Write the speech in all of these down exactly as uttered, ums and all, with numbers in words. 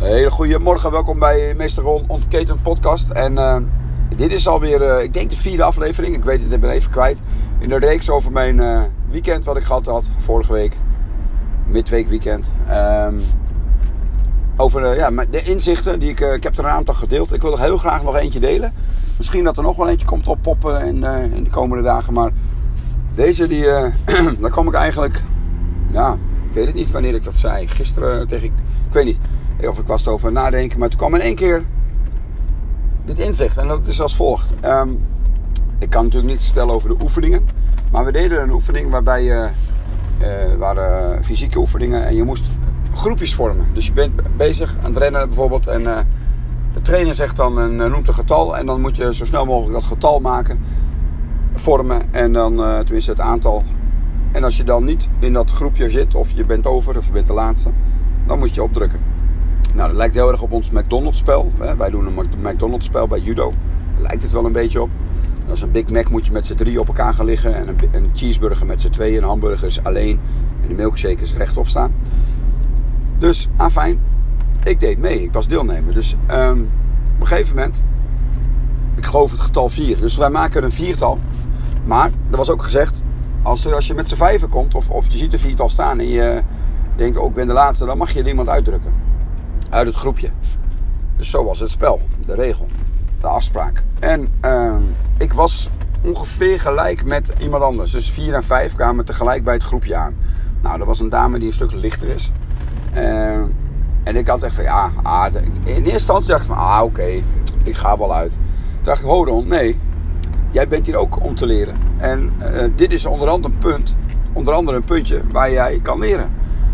Een hele goede morgen, welkom bij Meester Ron Ontketend podcast. En uh, dit is alweer, uh, ik denk de vierde aflevering, ik weet het, ik ben even kwijt. In de reeks over mijn uh, weekend wat ik gehad had, vorige week. Midweek weekend. Um, over uh, ja, de inzichten, die ik, uh, ik heb er een aantal gedeeld. Ik wil er heel graag nog eentje delen. Misschien dat er nog wel eentje komt oppoppen in, uh, in de komende dagen. Maar deze, die, uh, daar kwam ik eigenlijk, ja, ik weet het niet wanneer ik dat zei. Gisteren tegen, ik weet niet of ik was erover nadenken. Maar toen kwam in één keer dit inzicht. En dat is als volgt. Um, ik kan natuurlijk niet vertellen over de oefeningen. Maar we deden een oefening waarbij je, uh, waren fysieke oefeningen. En je moest groepjes vormen. Dus je bent bezig aan het rennen bijvoorbeeld. En uh, de trainer zegt dan, een, noemt een getal. En dan moet je zo snel mogelijk dat getal maken. Vormen. En dan, uh, tenminste het aantal. En als je dan niet in dat groepje zit. Of je bent over. Of je bent de laatste. Dan moet je opdrukken. Nou, dat lijkt heel erg op ons McDonald's spel. Wij doen een McDonald's spel bij judo. Daar lijkt het wel een beetje op. Dat is een Big Mac, moet je met z'n drie op elkaar gaan liggen. En een, een cheeseburger met z'n tweeën. Een hamburger is alleen. En de milkshake is rechtop staan. Dus, afijn. Ik deed mee. Ik was deelnemer. Dus um, op een gegeven moment. Ik geloof het getal vier. Dus wij maken een viertal. Maar, er was ook gezegd. Als, er, als je met z'n vijven komt. Of, of je ziet een viertal staan. En je denkt, oh ik ben de laatste. Dan mag je er iemand uitdrukken. Uit het groepje. Dus zo was het spel. De regel. De afspraak. En uh, ik was ongeveer gelijk met iemand anders. Dus vier en vijf kwamen tegelijk bij het groepje aan. Nou, er was een dame die een stuk lichter is. Uh, en ik had echt van ja. Ah, de, in eerste instantie dacht ik van ah oké. Okay, ik ga wel uit. Toen dacht ik, hold on, nee. Jij bent hier ook om te leren. En uh, dit is onder andere een punt. Onder andere een puntje waar jij kan leren.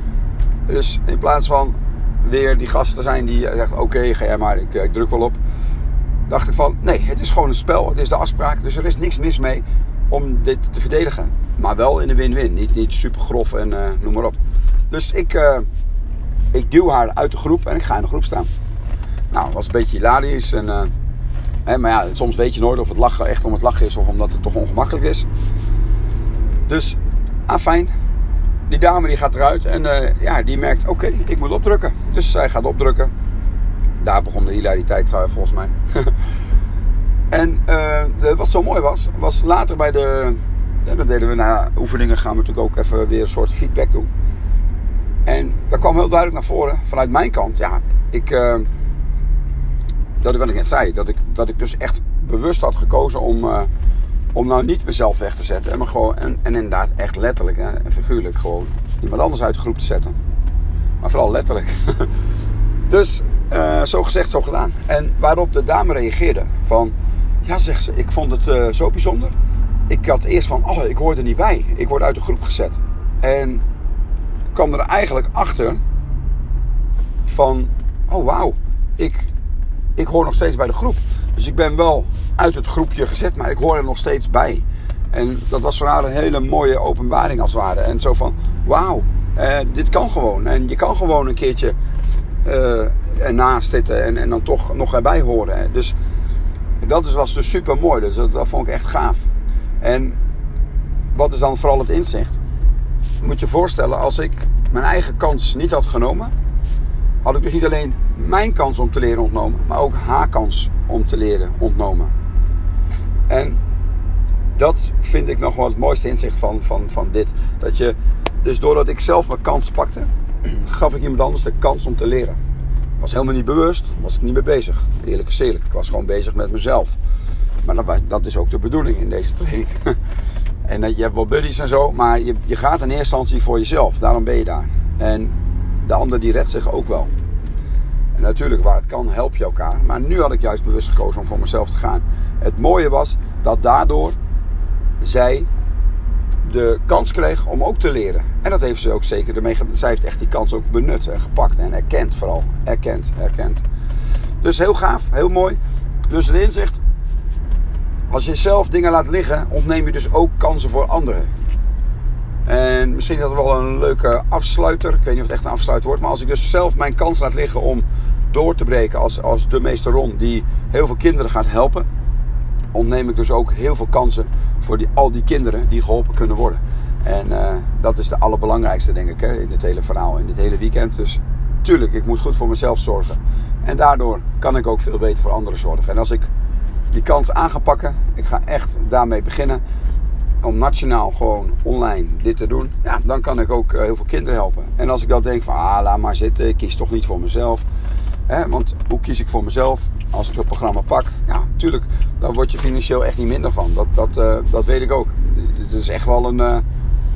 Dus in plaats van weer die gasten zijn die zeggen oké, okay, ga jij maar, ik, ik druk wel op. Dacht ik van, nee, het is gewoon een spel, het is de afspraak. Dus er is niks mis mee om dit te verdedigen. Maar wel in een win-win, niet, niet super grof en uh, noem maar op. Dus ik, uh, ik duw haar uit de groep en ik ga in de groep staan. Nou, het was een beetje hilarisch. En, uh, hè, maar ja, soms weet je nooit of het lachen echt om het lachen is of omdat het toch ongemakkelijk is. Dus, ah fijn. Die dame die gaat eruit en uh, ja, die merkt, oké, okay, ik moet opdrukken. Dus zij gaat opdrukken. Daar begon de hilariteit volgens mij. En uh, wat zo mooi was, was later bij de... Ja, dan deden we na oefeningen, gaan we natuurlijk ook even weer een soort feedback doen. En dat kwam heel duidelijk naar voren, vanuit mijn kant. Ja, ik... Uh, dat ik wat ik net zei, dat ik, dat ik dus echt bewust had gekozen om... Uh, Om nou niet mezelf weg te zetten. En, maar gewoon, en, en inderdaad echt letterlijk en figuurlijk gewoon iemand anders uit de groep te zetten. Maar vooral letterlijk. Dus uh, zo gezegd, zo gedaan. En waarop de dame reageerde. Van, ja zegt ze, ik vond het uh, zo bijzonder. Ik had eerst van, oh ik hoor er niet bij. Ik word uit de groep gezet. En kwam er eigenlijk achter. Van, oh wauw. Ik, ik hoor nog steeds bij de groep. Dus ik ben wel uit het groepje gezet, maar ik hoor er nog steeds bij. En dat was voor haar een hele mooie openbaring als het ware. En zo van, wauw, eh, dit kan gewoon. En je kan gewoon een keertje uh, ernaast zitten en, en dan toch nog erbij horen. Dus dat was dus super mooi. Dus dat, dat vond ik echt gaaf. En wat is dan vooral het inzicht? Je moet je voorstellen, als ik mijn eigen kans niet had genomen, had ik dus niet alleen mijn kans om te leren ontnomen, maar ook haar kans om te leren ontnomen. En dat vind ik nog wel het mooiste inzicht van, van, van dit. Dat je, dus doordat ik zelf mijn kans pakte, gaf ik iemand anders de kans om te leren. Ik was helemaal niet bewust, was ik niet mee bezig. Eerlijk is eerlijk, ik was gewoon bezig met mezelf. Maar dat, dat is ook de bedoeling in deze training. En je hebt wel buddies en zo, maar je, je gaat in eerste instantie voor jezelf. Daarom ben je daar. En de ander die redt zich ook wel. En natuurlijk, waar het kan, help je elkaar. Maar nu had ik juist bewust gekozen om voor mezelf te gaan. Het mooie was dat daardoor zij de kans kreeg om ook te leren. En dat heeft ze ook zeker ermee gedaan. Zij heeft echt die kans ook benut en gepakt. En erkend vooral. Erkend, erkend. Dus heel gaaf, heel mooi. Dus een inzicht. Als je zelf dingen laat liggen, ontneem je dus ook kansen voor anderen. En misschien is dat wel een leuke afsluiter. Ik weet niet of het echt een afsluiter wordt. Maar als ik dus zelf mijn kans laat liggen om door te breken als, als de meester Ron die heel veel kinderen gaat helpen, ontneem ik dus ook heel veel kansen voor die, al die kinderen die geholpen kunnen worden. En uh, dat is de allerbelangrijkste, denk ik, hè, in dit hele verhaal, in dit hele weekend. Dus tuurlijk, ik moet goed voor mezelf zorgen. En daardoor kan ik ook veel beter voor anderen zorgen. En als ik die kans aan ga pakken, ik ga echt daarmee beginnen om nationaal gewoon online dit te doen, ja, dan kan ik ook uh, heel veel kinderen helpen. En als ik dan denk van, ah, laat maar zitten, ik kies toch niet voor mezelf. Hè, want hoe kies ik voor mezelf? Als ik dat programma pak, ja, natuurlijk, dan word je financieel echt niet minder van. Dat, dat, uh, dat weet ik ook. Het is echt wel een... Uh,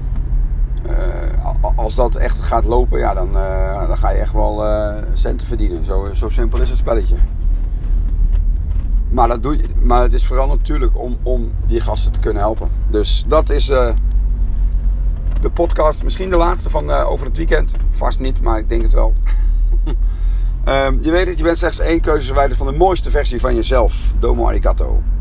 uh, als dat echt gaat lopen, ja, dan, uh, dan ga je echt wel uh, centen verdienen. Zo, zo simpel is het spelletje. Maar, dat doe je, maar het is vooral natuurlijk om, om die gasten te kunnen helpen. Dus dat is uh, de podcast. Misschien de laatste van uh, over het weekend. Vast niet, maar ik denk het wel. um, je weet het, je bent slechts één keuze verwijderd van de mooiste versie van jezelf. Domo arigato.